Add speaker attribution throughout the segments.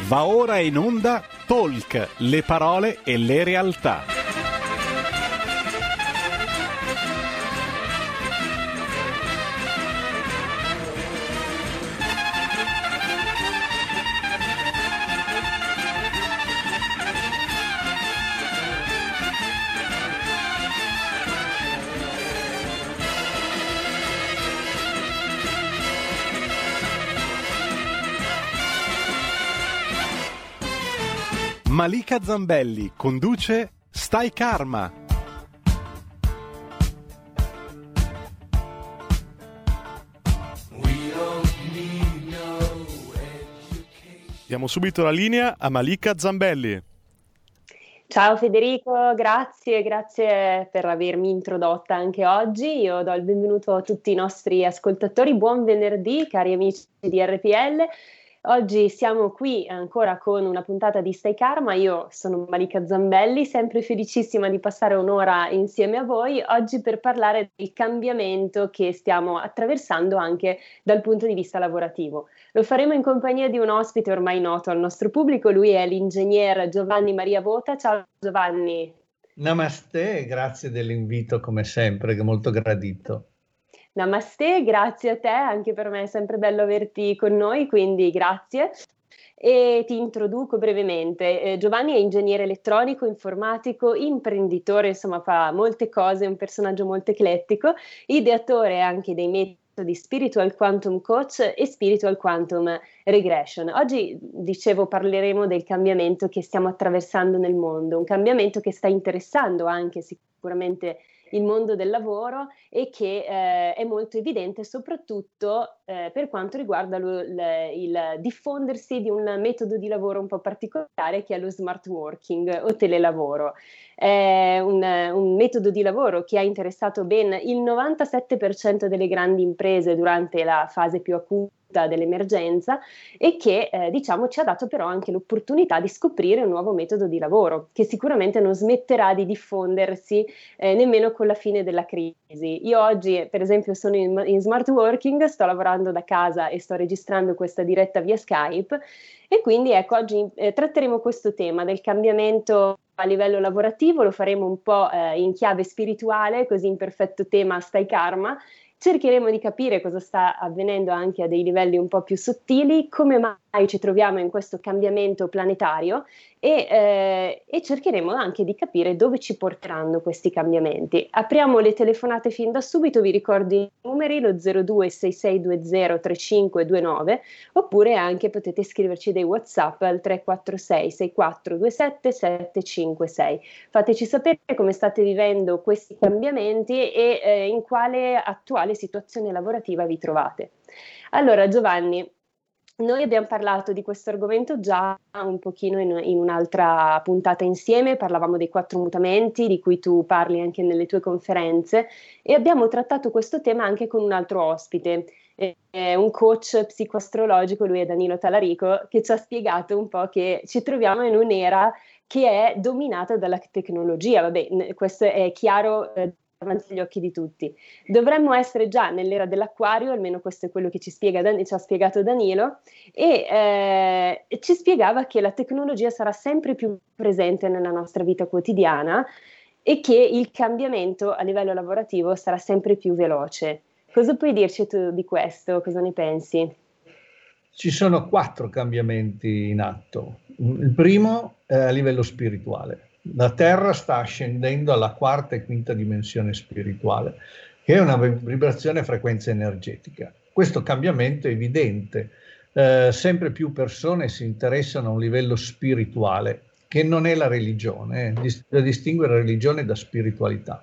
Speaker 1: Va ora in onda Talk, le parole e le realtà. Malika Zambelli conduce Stai Karma.
Speaker 2: Diamo subito la linea a Malika Zambelli.
Speaker 3: Ciao Federico, grazie per avermi introdotta anche oggi. Io do il benvenuto a tutti i nostri ascoltatori. Buon venerdì, cari amici di RPL. Oggi siamo qui ancora con una puntata di Stai Karma. Io sono Malika Zambelli, sempre felicissima di passare un'ora insieme a voi oggi per parlare del cambiamento che stiamo attraversando anche dal punto di vista lavorativo. Lo faremo in compagnia di un ospite ormai noto al nostro pubblico, lui è l'ingegner Giovanni Maria Vota. Ciao Giovanni.
Speaker 4: Namaste, grazie dell'invito come sempre, che è molto gradito.
Speaker 3: Namaste, grazie a te, anche per me è sempre bello averti con noi, quindi grazie. E ti introduco brevemente. Giovanni è ingegnere elettronico, informatico, imprenditore, insomma fa molte cose, è un personaggio molto eclettico, ideatore anche dei metodi Spiritual Quantum Coach e Spiritual Quantum Regression. Oggi, dicevo, parleremo del cambiamento che stiamo attraversando nel mondo, un cambiamento che sta interessando anche sicuramente il mondo del lavoro e che è molto evidente soprattutto per quanto riguarda il diffondersi di un metodo di lavoro un po' particolare che è lo smart working o telelavoro. È un metodo di lavoro che ha interessato ben il 97% delle grandi imprese durante la fase più acuta dell'emergenza e che diciamo ci ha dato però anche l'opportunità di scoprire un nuovo metodo di lavoro che sicuramente non smetterà di diffondersi nemmeno con la fine della crisi. Io oggi per esempio sono in smart working, sto lavorando da casa e sto registrando questa diretta via Skype e quindi ecco oggi tratteremo questo tema del cambiamento a livello lavorativo, lo faremo un po' in chiave spirituale, così in perfetto tema Stai Karma. Cercheremo di capire cosa sta avvenendo anche a dei livelli un po' più sottili, come mai ci troviamo in questo cambiamento planetario e cercheremo anche di capire dove ci porteranno questi cambiamenti. Apriamo le telefonate fin da subito, vi ricordo i numeri, lo 0266203529 oppure anche potete scriverci dei WhatsApp al 346 6427 756. Fateci sapere come state vivendo questi cambiamenti e in quale attuale situazione lavorativa vi trovate. Allora Giovanni, noi abbiamo parlato di questo argomento già un pochino in un'altra puntata insieme, parlavamo dei 4 mutamenti di cui tu parli anche nelle tue conferenze e abbiamo trattato questo tema anche con un altro ospite, un coach psicoastrologico, lui è Danilo Talarico, che ci ha spiegato un po' che ci troviamo in un'era che è dominata dalla tecnologia. Vabbè, questo è chiaro davanti agli occhi di tutti. Dovremmo essere già nell'era dell'acquario, almeno questo è quello che ci ha spiegato Danilo, e ci spiegava che la tecnologia sarà sempre più presente nella nostra vita quotidiana e che il cambiamento a livello lavorativo sarà sempre più veloce. Cosa puoi dirci tu di questo? Cosa ne pensi?
Speaker 4: Ci sono 4 cambiamenti in atto. Il primo è a livello spirituale. La Terra sta scendendo alla 4ª e 5ª dimensione spirituale, che è una vibrazione a frequenza energetica. Questo cambiamento è evidente. Sempre più persone si interessano a un livello spirituale, che non è la religione, da distinguere religione da spiritualità.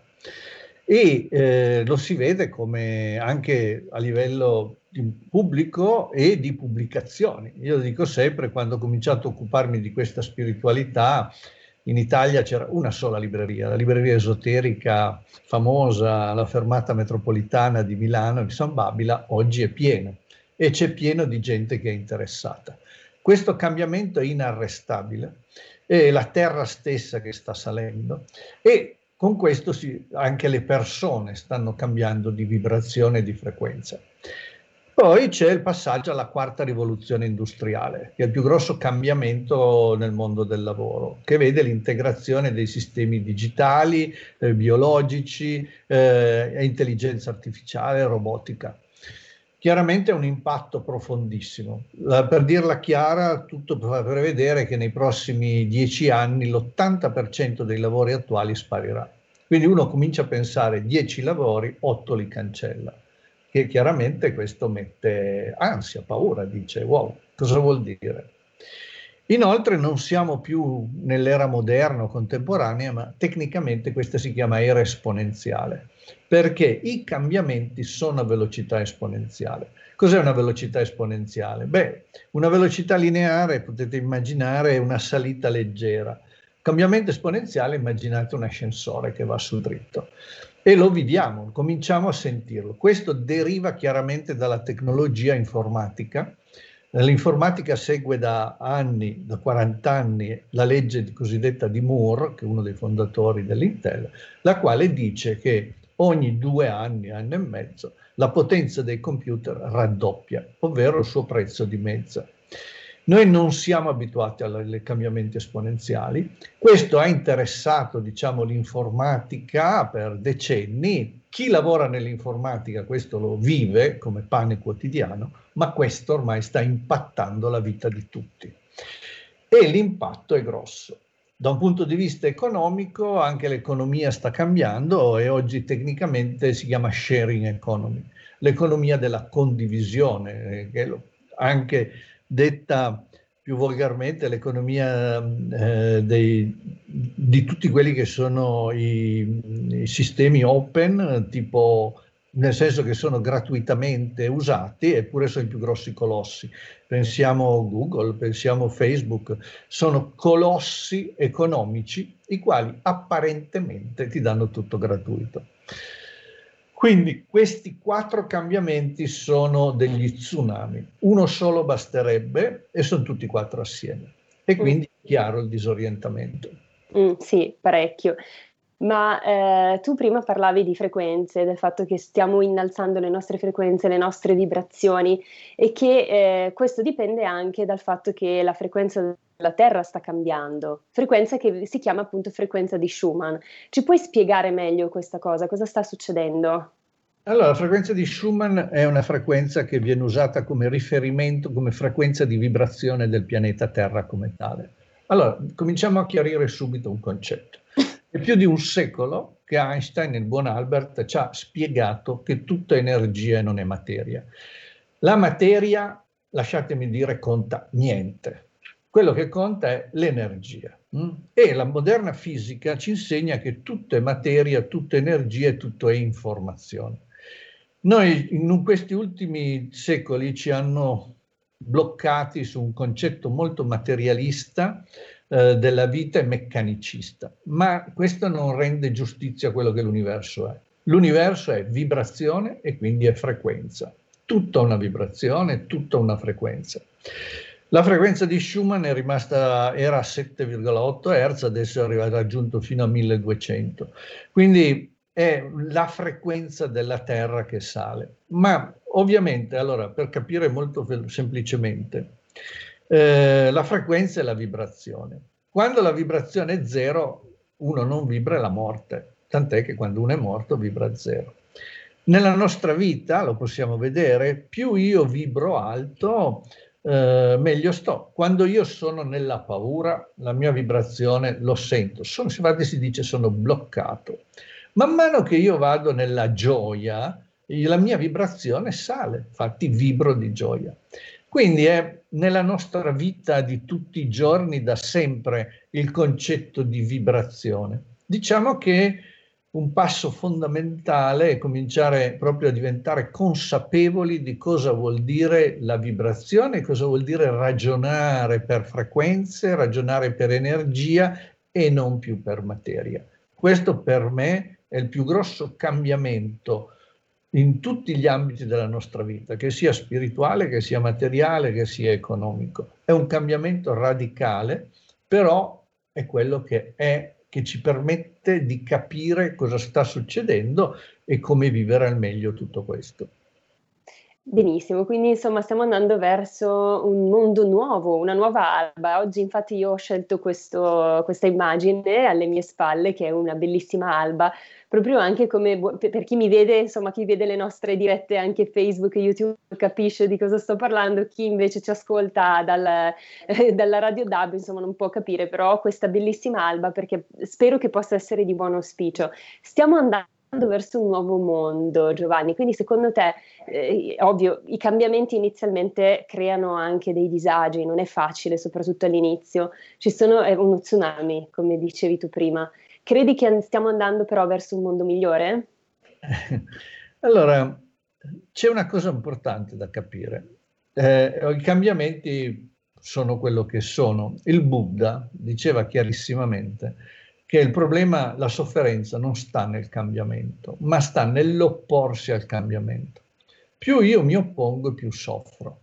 Speaker 4: E lo si vede come anche a livello pubblico e di pubblicazioni. Io dico sempre, quando ho cominciato a occuparmi di questa spiritualità, in Italia c'era una sola libreria, la libreria esoterica famosa, la fermata metropolitana di Milano, di San Babila, oggi è pieno e c'è pieno di gente che è interessata. Questo cambiamento è inarrestabile, è la Terra stessa che sta salendo e con questo anche le persone stanno cambiando di vibrazione e di frequenza. Poi c'è il passaggio alla quarta rivoluzione industriale, che è il più grosso cambiamento nel mondo del lavoro, che vede l'integrazione dei sistemi digitali, biologici, intelligenza artificiale, robotica. Chiaramente è un impatto profondissimo. Per dirla chiara, tutto fa prevedere che nei prossimi 10 anni l'80% dei lavori attuali sparirà. Quindi uno comincia a pensare 10 lavori, 8 li cancella. Che chiaramente questo mette ansia, paura, dice wow, cosa vuol dire? Inoltre non siamo più nell'era moderna o contemporanea, ma tecnicamente questa si chiama era esponenziale, perché i cambiamenti sono a velocità esponenziale. Cos'è una velocità esponenziale? Beh, una velocità lineare potete immaginare una salita leggera. Cambiamento esponenziale, immaginate un ascensore che va sul dritto. E lo viviamo, cominciamo a sentirlo. Questo deriva chiaramente dalla tecnologia informatica. L'informatica segue da anni, da 40 anni, la legge cosiddetta di Moore, che è uno dei fondatori dell'Intel, la quale dice che ogni 2 anni, anno e mezzo, la potenza dei computer raddoppia, ovvero il suo prezzo dimezza. Noi non siamo abituati ai cambiamenti esponenziali. Questo ha interessato, diciamo, l'informatica per decenni. Chi lavora nell'informatica questo lo vive come pane quotidiano, ma questo ormai sta impattando la vita di tutti. E l'impatto è grosso. Da un punto di vista economico, anche l'economia sta cambiando e oggi tecnicamente si chiama sharing economy, l'economia della condivisione, che anche detta più volgarmente l'economia di tutti quelli che sono i sistemi open, tipo nel senso che sono gratuitamente usati, eppure sono i più grossi colossi. Pensiamo a Google, pensiamo a Facebook, sono colossi economici i quali apparentemente ti danno tutto gratuito. Quindi questi 4 cambiamenti sono degli tsunami, uno solo basterebbe e sono tutti 4 assieme. E quindi è chiaro il disorientamento.
Speaker 3: Sì, parecchio. Ma tu prima parlavi di frequenze, del fatto che stiamo innalzando le nostre frequenze, le nostre vibrazioni e che questo dipende anche dal fatto che la frequenza della Terra sta cambiando, frequenza che si chiama appunto frequenza di Schumann. Ci puoi spiegare meglio questa cosa? Cosa sta succedendo?
Speaker 4: Allora, la frequenza di Schumann è una frequenza che viene usata come riferimento, come frequenza di vibrazione del pianeta Terra come tale. Allora, cominciamo a chiarire subito un concetto. È più di un secolo che Einstein, il buon Albert, ci ha spiegato che tutta energia e non è materia. La materia, lasciatemi dire, conta niente. Quello che conta è l'energia. E la moderna fisica ci insegna che tutto è materia, tutto è energia e tutto è informazione. Noi in questi ultimi secoli ci hanno bloccati su un concetto molto materialista della vita e meccanicista, ma questo non rende giustizia a quello che l'universo è. L'universo è vibrazione e quindi è frequenza. Tutta una vibrazione, tutta una frequenza. La frequenza di Schumann era a 7,8 Hz, adesso è raggiunto fino a 1200. Quindi è la frequenza della Terra che sale. Ma ovviamente, allora, per capire molto semplicemente, la frequenza è la vibrazione. Quando la vibrazione è zero, uno non vibra, è la morte. Tant'è che quando uno è morto vibra zero. Nella nostra vita, lo possiamo vedere, più io vibro alto, meglio sto. Quando io sono nella paura, la mia vibrazione lo sento. Infatti si dice sono bloccato. Man mano che io vado nella gioia, la mia vibrazione sale, infatti vibro di gioia. Quindi è nella nostra vita di tutti i giorni da sempre il concetto di vibrazione. Diciamo che un passo fondamentale è cominciare proprio a diventare consapevoli di cosa vuol dire la vibrazione, cosa vuol dire ragionare per frequenze, ragionare per energia e non più per materia. Questo per me è il più grosso cambiamento in tutti gli ambiti della nostra vita, che sia spirituale, che sia materiale, che sia economico. È un cambiamento radicale, però è quello che ci permette di capire cosa sta succedendo e come vivere al meglio tutto questo.
Speaker 3: Benissimo, quindi insomma stiamo andando verso un mondo nuovo, una nuova alba. Oggi infatti io ho scelto questa immagine alle mie spalle, che è una bellissima alba, proprio anche come per chi mi vede, insomma chi vede le nostre dirette anche Facebook e YouTube capisce di cosa sto parlando, chi invece ci ascolta dalla Radio DAB insomma non può capire, però ho questa bellissima alba perché spero che possa essere di buon auspicio. Stiamo andando verso un nuovo mondo, Giovanni, quindi secondo te ovvio, i cambiamenti inizialmente creano anche dei disagi, non è facile, soprattutto all'inizio. È uno tsunami, come dicevi tu prima. Credi che stiamo andando però verso un mondo migliore?
Speaker 4: Allora, c'è una cosa importante da capire. I cambiamenti sono quello che sono. Il Buddha diceva chiarissimamente che il problema, la sofferenza non sta nel cambiamento, ma sta nell'opporsi al cambiamento. Più io mi oppongo, più soffro.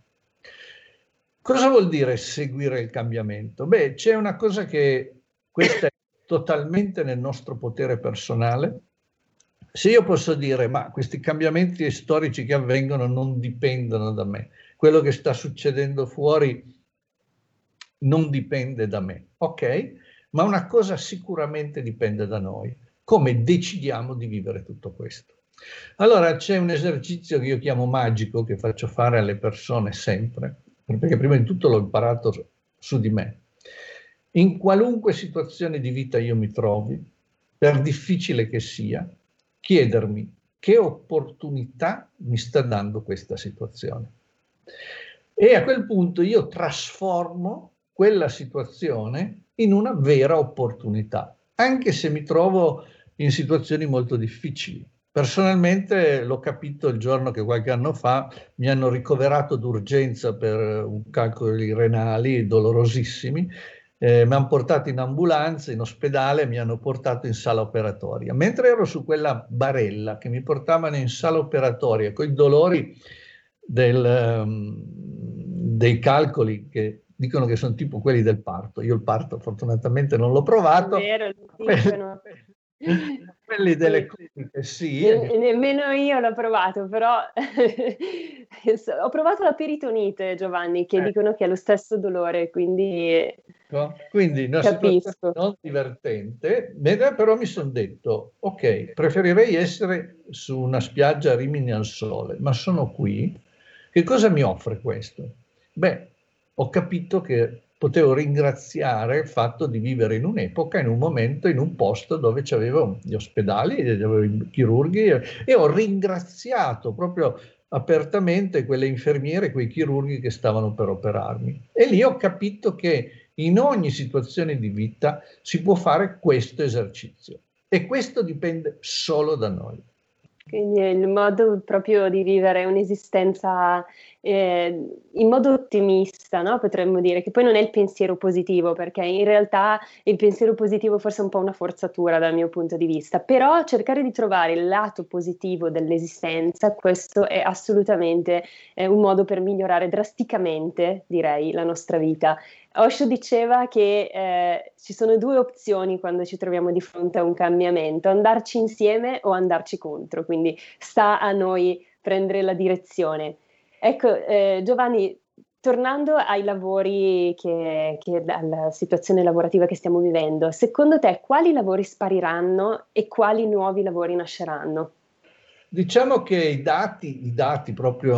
Speaker 4: Cosa vuol dire seguire il cambiamento? Beh, c'è una cosa che questa è totalmente nel nostro potere personale. Se io posso dire, ma questi cambiamenti storici che avvengono non dipendono da me, quello che sta succedendo fuori non dipende da me, ok? Ma una cosa sicuramente dipende da noi, come decidiamo di vivere tutto questo. Allora c'è un esercizio che io chiamo magico, che faccio fare alle persone sempre, perché prima di tutto l'ho imparato su di me. In qualunque situazione di vita io mi trovi, per difficile che sia, chiedermi che opportunità mi sta dando questa situazione. E a quel punto io trasformo quella situazione in una vera opportunità, anche se mi trovo in situazioni molto difficili. Personalmente l'ho capito il giorno che qualche anno fa mi hanno ricoverato d'urgenza per un calcoli renali dolorosissimi, mi hanno portato in ambulanza, in ospedale, e mi hanno portato in sala operatoria. Mentre ero su quella barella che mi portavano in sala operatoria con i dolori dei calcoli che dicono che sono tipo quelli del parto. Io il parto fortunatamente non l'ho provato.
Speaker 3: È vero, lo dicono.
Speaker 4: Quelli delle cliniche, sì.
Speaker 3: Nemmeno io l'ho provato, però ho provato la peritonite, Giovanni, che dicono che è lo stesso dolore, quindi
Speaker 4: una
Speaker 3: capisco.
Speaker 4: situazione non divertente, però mi sono detto, ok, preferirei essere su una spiaggia a Rimini al sole, ma sono qui. Che cosa mi offre questo? Beh, ho capito che potevo ringraziare il fatto di vivere in un'epoca, in un momento, in un posto dove c'avevo gli ospedali, avevo i chirurghi, e ho ringraziato proprio apertamente quelle infermiere, quei chirurghi che stavano per operarmi. E lì ho capito che in ogni situazione di vita si può fare questo esercizio, e questo dipende solo da noi.
Speaker 3: Quindi è il modo proprio di vivere un'esistenza in modo ottimista, no? Potremmo dire, che poi non è il pensiero positivo, perché in realtà il pensiero positivo forse è un po' una forzatura dal mio punto di vista, però cercare di trovare il lato positivo dell'esistenza, questo è assolutamente un modo per migliorare drasticamente, direi, la nostra vita. Osho diceva che ci sono due opzioni quando ci troviamo di fronte a un cambiamento: andarci insieme o andarci contro, quindi sta a noi prendere la direzione. Ecco, Giovanni, tornando ai lavori, alla situazione lavorativa che stiamo vivendo, secondo te quali lavori spariranno e quali nuovi lavori nasceranno?
Speaker 4: Diciamo che i dati proprio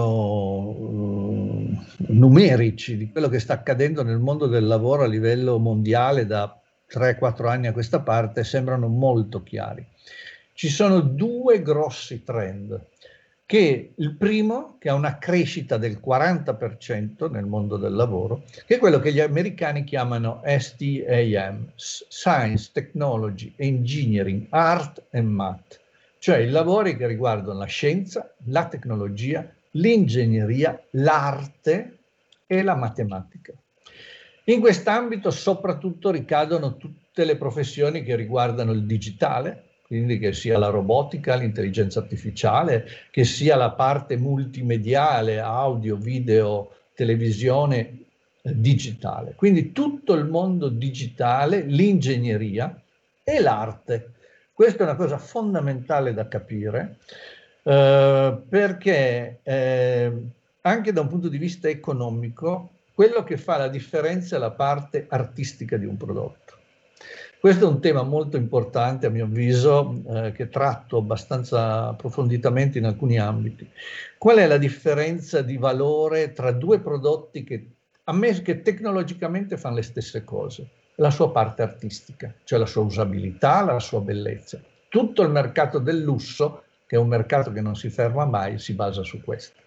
Speaker 4: numerici di quello che sta accadendo nel mondo del lavoro a livello mondiale da 3-4 anni a questa parte sembrano molto chiari. Ci sono due grossi trend. Che il primo, che ha una crescita del 40% nel mondo del lavoro, che è quello che gli americani chiamano STEM, Science, Technology, Engineering, Art and Math, cioè i lavori che riguardano la scienza, la tecnologia, l'ingegneria, l'arte e la matematica. In quest'ambito soprattutto ricadono tutte le professioni che riguardano il digitale, quindi che sia la robotica, l'intelligenza artificiale, che sia la parte multimediale, audio, video, televisione digitale. Quindi tutto il mondo digitale, l'ingegneria e l'arte. Questa è una cosa fondamentale da capire, perché anche da un punto di vista economico, quello che fa la differenza è la parte artistica di un prodotto. Questo è un tema molto importante, a mio avviso, che tratto abbastanza approfonditamente in alcuni ambiti. Qual è la differenza di valore tra due prodotti che tecnologicamente fanno le stesse cose? La sua parte artistica, cioè la sua usabilità, la sua bellezza. Tutto il mercato del lusso, che è un mercato che non si ferma mai, si basa su questo.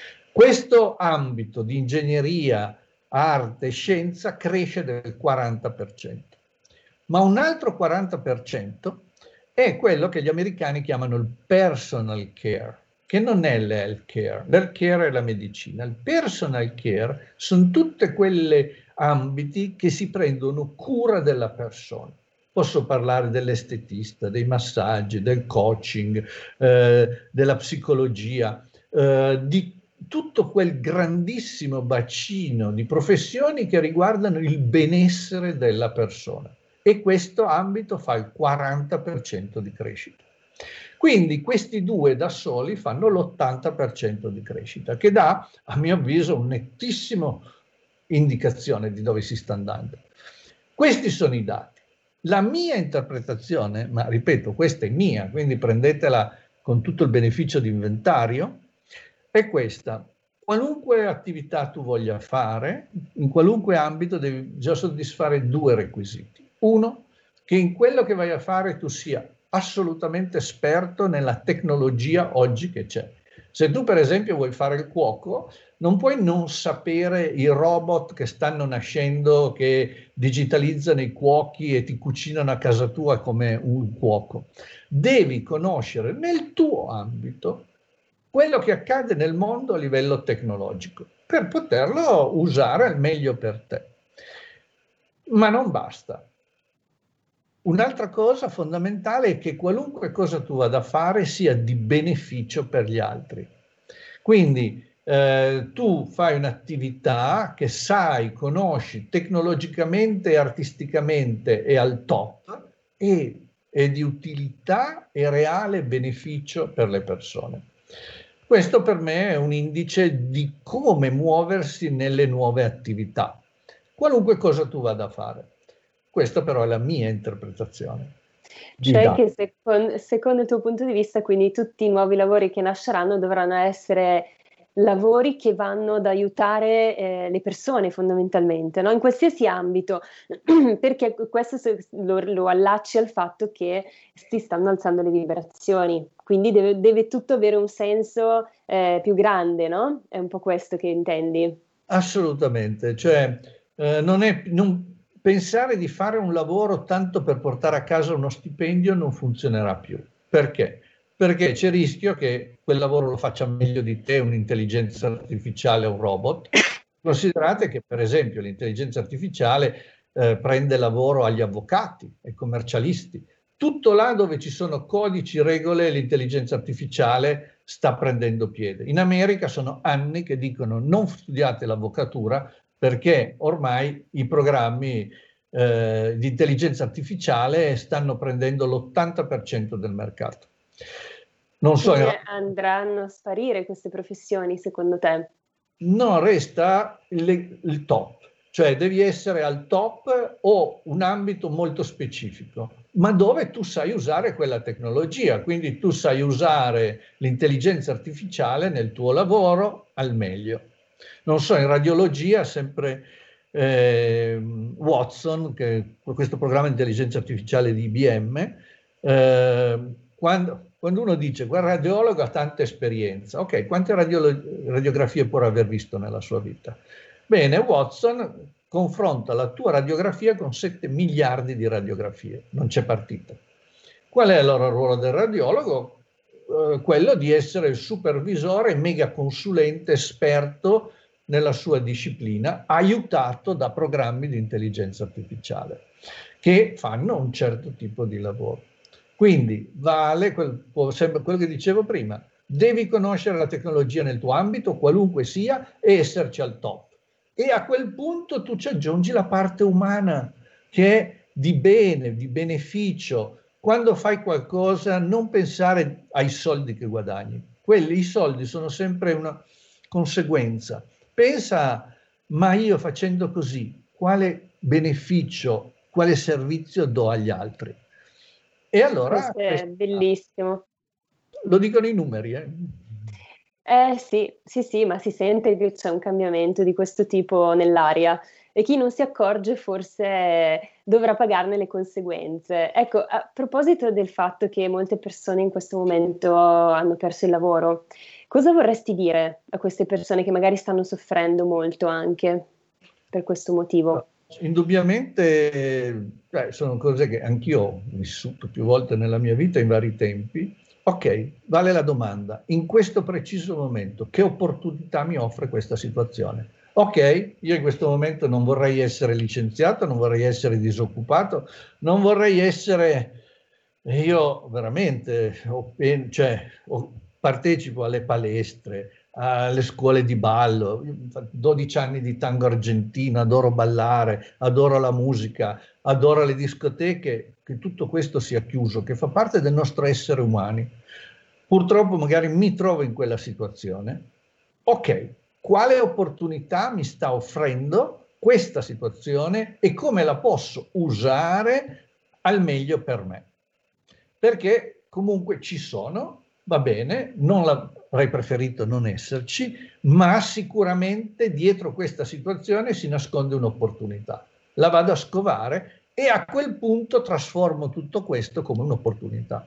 Speaker 4: Questo ambito di ingegneria, arte e scienza cresce del 40%. Ma un altro 40% è quello che gli americani chiamano il personal care, che non è l'health care. L'health care è la medicina. Il personal care sono tutte quelle ambiti che si prendono cura della persona. Posso parlare dell'estetista, dei massaggi, del coaching, della psicologia, di tutto quel grandissimo bacino di professioni che riguardano il benessere della persona. E questo ambito fa il 40% di crescita. Quindi questi due da soli fanno l'80% di crescita, che dà, a mio avviso, un nettissimo indicazione di dove si sta andando. Questi sono i dati. La mia interpretazione, ma ripeto, questa è mia, quindi prendetela con tutto il beneficio di inventario, è questa. Qualunque attività tu voglia fare, in qualunque ambito devi già soddisfare due requisiti. Uno, che in quello che vai a fare tu sia assolutamente esperto nella tecnologia oggi che c'è. Se tu per esempio vuoi fare il cuoco, non puoi non sapere i robot che stanno nascendo, che digitalizzano i cuochi e ti cucinano a casa tua come un cuoco. Devi conoscere nel tuo ambito quello che accade nel mondo a livello tecnologico per poterlo usare al meglio per te. Ma non basta. Un'altra cosa fondamentale è che qualunque cosa tu vada a fare sia di beneficio per gli altri. Quindi tu fai un'attività che sai, conosci tecnologicamente e artisticamente è al top e è di utilità e reale beneficio per le persone. Questo per me è un indice di come muoversi nelle nuove attività, qualunque cosa tu vada a fare. Questa però è la mia interpretazione.
Speaker 3: Cioè che secondo il tuo punto di vista, quindi tutti i nuovi lavori che nasceranno dovranno essere lavori che vanno ad aiutare le persone fondamentalmente, no? In qualsiasi ambito, perché questo lo allacci al fatto che si stanno alzando le vibrazioni, quindi deve tutto avere un senso più grande, no? È un po' questo che intendi?
Speaker 4: Assolutamente, cioè pensare di fare un lavoro tanto per portare a casa uno stipendio non funzionerà più. Perché? Perché c'è il rischio che quel lavoro lo faccia meglio di te un'intelligenza artificiale o un robot. Considerate che, per esempio, l'intelligenza artificiale prende lavoro agli avvocati, ai commercialisti. Tutto là dove ci sono codici, regole, l'intelligenza artificiale sta prendendo piede. In America sono anni che dicono non studiate l'avvocatura perché ormai i programmi di intelligenza artificiale stanno prendendo l'80% del mercato. Non so,
Speaker 3: andranno a sparire queste professioni secondo te?
Speaker 4: No, resta il top, cioè devi essere al top o un ambito molto specifico, ma dove tu sai usare quella tecnologia, quindi tu sai usare l'intelligenza artificiale nel tuo lavoro al meglio. Non so, in radiologia sempre Watson, che è questo programma di intelligenza artificiale di IBM, quando uno dice quel radiologo ha tanta esperienza, ok, quante radiografie può aver visto nella sua vita? Bene, Watson confronta la tua radiografia con 7 miliardi di radiografie, non c'è partita. Qual è allora il ruolo del radiologo? Quello di essere il supervisore, mega consulente, esperto nella sua disciplina, aiutato da programmi di intelligenza artificiale che fanno un certo tipo di lavoro. Quindi vale sempre quello che dicevo prima, devi conoscere la tecnologia nel tuo ambito, qualunque sia, e esserci al top. E a quel punto tu ci aggiungi la parte umana, che è di bene, di beneficio. Quando fai qualcosa non pensare ai soldi che guadagni. I soldi sono sempre conseguenza. Pensa, ma io facendo così, quale beneficio, quale servizio do agli altri? E allora...
Speaker 3: Questo è bellissimo.
Speaker 4: Lo dicono i numeri,
Speaker 3: Sì, ma si sente che c'è un cambiamento di questo tipo nell'aria e chi non si accorge forse dovrà pagarne le conseguenze. Ecco, a proposito del fatto che molte persone in questo momento hanno perso il lavoro, cosa vorresti dire a queste persone che magari stanno soffrendo molto anche per questo motivo?
Speaker 4: Indubbiamente sono cose che anch'io ho vissuto più volte nella mia vita in vari tempi. Ok, vale la domanda, in questo preciso momento che opportunità mi offre questa situazione? Ok, io in questo momento non vorrei essere licenziato, non vorrei essere disoccupato, non vorrei essere, io veramente partecipo alle palestre, alle scuole di ballo, 12 anni di tango argentino, adoro ballare, adoro la musica, adoro le discoteche, che tutto questo sia chiuso, che fa parte del nostro essere umani. Purtroppo magari mi trovo in quella situazione. Ok, quale opportunità mi sta offrendo questa situazione e come la posso usare al meglio per me? Perché comunque ci sono, va bene, non avrei preferito non esserci, ma sicuramente dietro questa situazione si nasconde un'opportunità. La vado a scovare e a quel punto trasformo tutto questo come un'opportunità.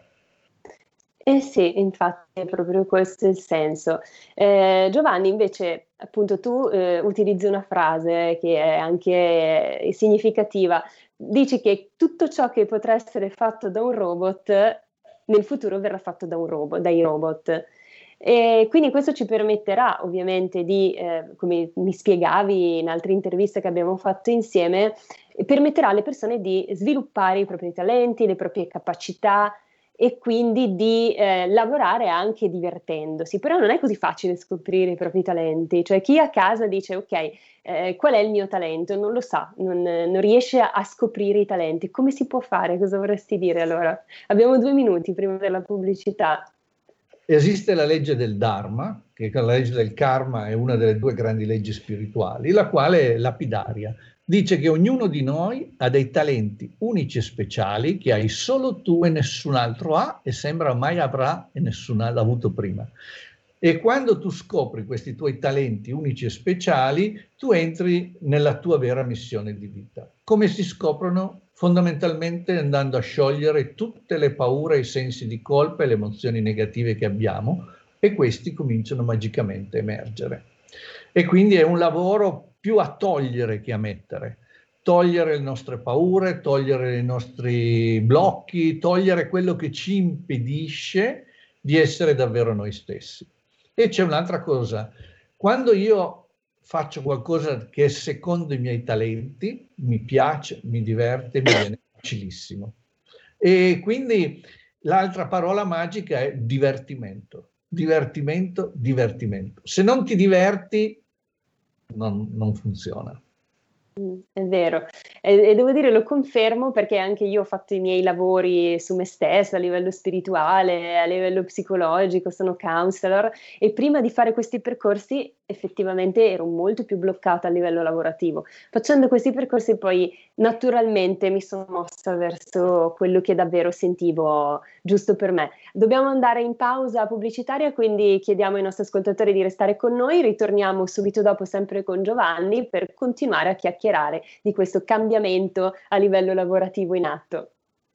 Speaker 3: Eh sì, infatti è proprio questo il senso. Giovanni, invece, appunto tu utilizzi una frase che è anche significativa. Dici che tutto ciò che potrà essere fatto da un robot nel futuro verrà fatto dai robot. E quindi questo ci permetterà ovviamente di, come mi spiegavi in altre interviste che abbiamo fatto insieme, permetterà alle persone di sviluppare i propri talenti, le proprie capacità e quindi di lavorare anche divertendosi. Però non è così facile scoprire i propri talenti, cioè chi a casa dice ok, qual è il mio talento? Non lo sa, non riesce a scoprire i talenti. Come si può fare? Cosa vorresti dire allora? Abbiamo 2 minuti prima della pubblicità.
Speaker 4: Esiste la legge del Dharma, che la legge del karma è una delle 2 grandi leggi spirituali, la quale è lapidaria. Dice che ognuno di noi ha dei talenti unici e speciali che hai solo tu e nessun altro ha e sembra mai avrà e nessun ha avuto prima. E quando tu scopri questi tuoi talenti unici e speciali, tu entri nella tua vera missione di vita. Come si scoprono? Fondamentalmente andando a sciogliere tutte le paure, i sensi di colpa e le emozioni negative che abbiamo e questi cominciano magicamente a emergere. E quindi è un lavoro più a togliere che a mettere. Togliere le nostre paure, togliere i nostri blocchi, togliere quello che ci impedisce di essere davvero noi stessi. E c'è un'altra cosa, quando io faccio qualcosa che è secondo i miei talenti, mi piace, mi diverte, mi viene facilissimo. E quindi l'altra parola magica è divertimento. Divertimento, divertimento. Se non ti diverti, non funziona.
Speaker 3: È vero, e devo dire lo confermo perché anche io ho fatto i miei lavori su me stessa a livello spirituale, a livello psicologico, sono counselor e prima di fare questi percorsi effettivamente ero molto più bloccata a livello lavorativo. Facendo questi percorsi poi naturalmente mi sono mossa verso quello che davvero sentivo giusto per me. Dobbiamo andare in pausa pubblicitaria, quindi chiediamo ai nostri ascoltatori di restare con noi, ritorniamo subito dopo sempre con Giovanni per continuare a chiacchierare di questo cambiamento a livello lavorativo in atto.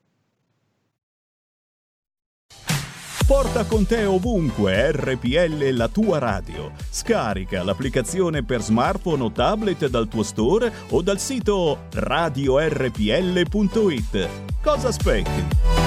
Speaker 5: Porta con te ovunque RPL la tua radio. Scarica l'applicazione per smartphone o tablet dal tuo store o dal sito radiorpl.it. Cosa aspetti?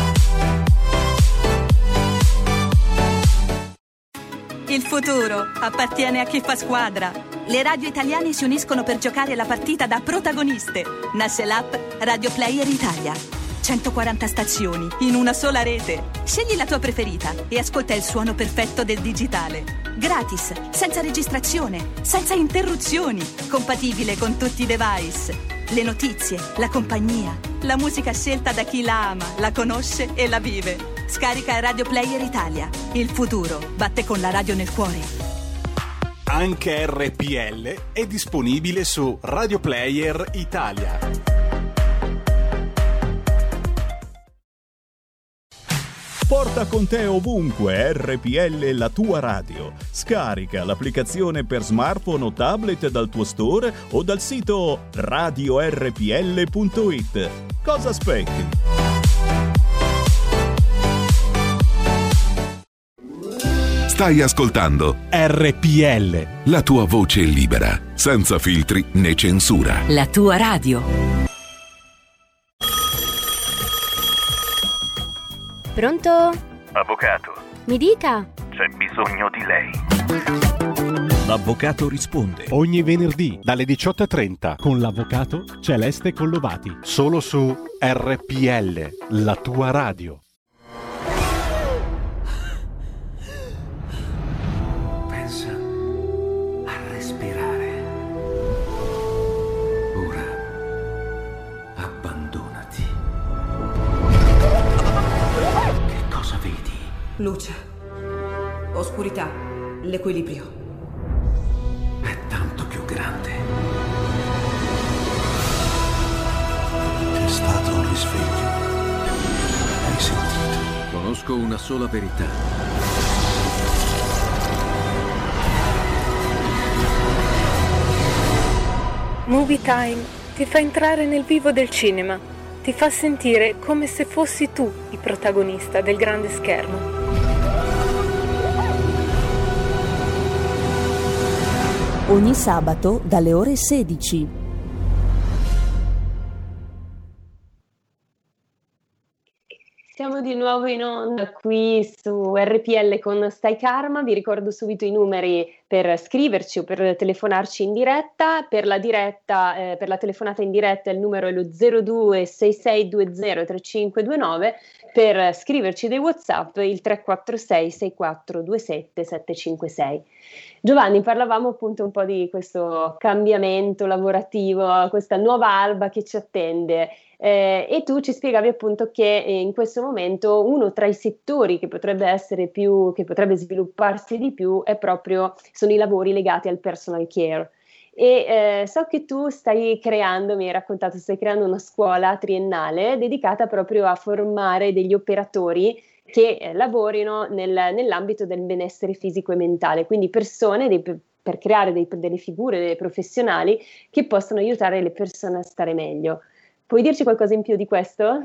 Speaker 6: Il futuro appartiene a chi fa squadra. Le radio italiane si uniscono per giocare la partita da protagoniste. Nasce l'app Radio Player Italia. 140 stazioni in una sola rete. Scegli la tua preferita e ascolta il suono perfetto del digitale. Gratis, senza registrazione, senza interruzioni, compatibile con tutti i device. Le notizie, la compagnia, la musica scelta da chi la ama, la conosce e la vive. Scarica Radio Player Italia. Il futuro batte con la radio nel cuore.
Speaker 1: Anche RPL è disponibile su Radio Player Italia.
Speaker 5: Porta con te ovunque RPL la tua radio. Scarica l'applicazione per smartphone o tablet dal tuo store o dal sito radiorpl.it. Cosa aspetti?
Speaker 7: Stai ascoltando
Speaker 1: RPL,
Speaker 7: la tua voce libera, senza filtri né censura.
Speaker 6: La tua radio.
Speaker 8: Pronto?
Speaker 9: Avvocato,
Speaker 8: Mi dica.
Speaker 9: c'è bisogno di lei.
Speaker 5: L'avvocato risponde.
Speaker 1: ogni venerdì dalle 18:30 con l'avvocato Celeste Collovati, solo su RPL, la tua radio.
Speaker 9: Pensa a respirare. Ora abbandonati. Che cosa vedi?
Speaker 10: Luce, oscurità, l'equilibrio.
Speaker 9: È tanto più grande.
Speaker 7: C'è stato un risveglio. Hai sentito?
Speaker 9: Conosco una sola verità.
Speaker 11: Movie Time ti fa entrare nel vivo del cinema, ti fa sentire come se fossi tu il protagonista del grande schermo.
Speaker 6: Ogni sabato dalle ore 16.
Speaker 3: Siamo di nuovo in onda qui su RPL con Stai Karma. Vi ricordo subito i numeri per scriverci o per telefonarci in diretta. Per la telefonata in diretta il numero è lo 0266203529. Per scriverci dei WhatsApp il 346 6427 756. Giovanni, parlavamo appunto un po' di questo cambiamento lavorativo, questa nuova alba che ci attende. E tu ci spiegavi appunto che in questo momento uno tra i settori che potrebbe svilupparsi di più sono i lavori legati al personal care. E so che tu mi hai raccontato, stai creando una scuola triennale dedicata proprio a formare degli operatori che lavorino nell'ambito del benessere fisico e mentale, quindi persone per creare delle figure, delle professionali che possono aiutare le persone a stare meglio. Puoi dirci qualcosa in più di questo?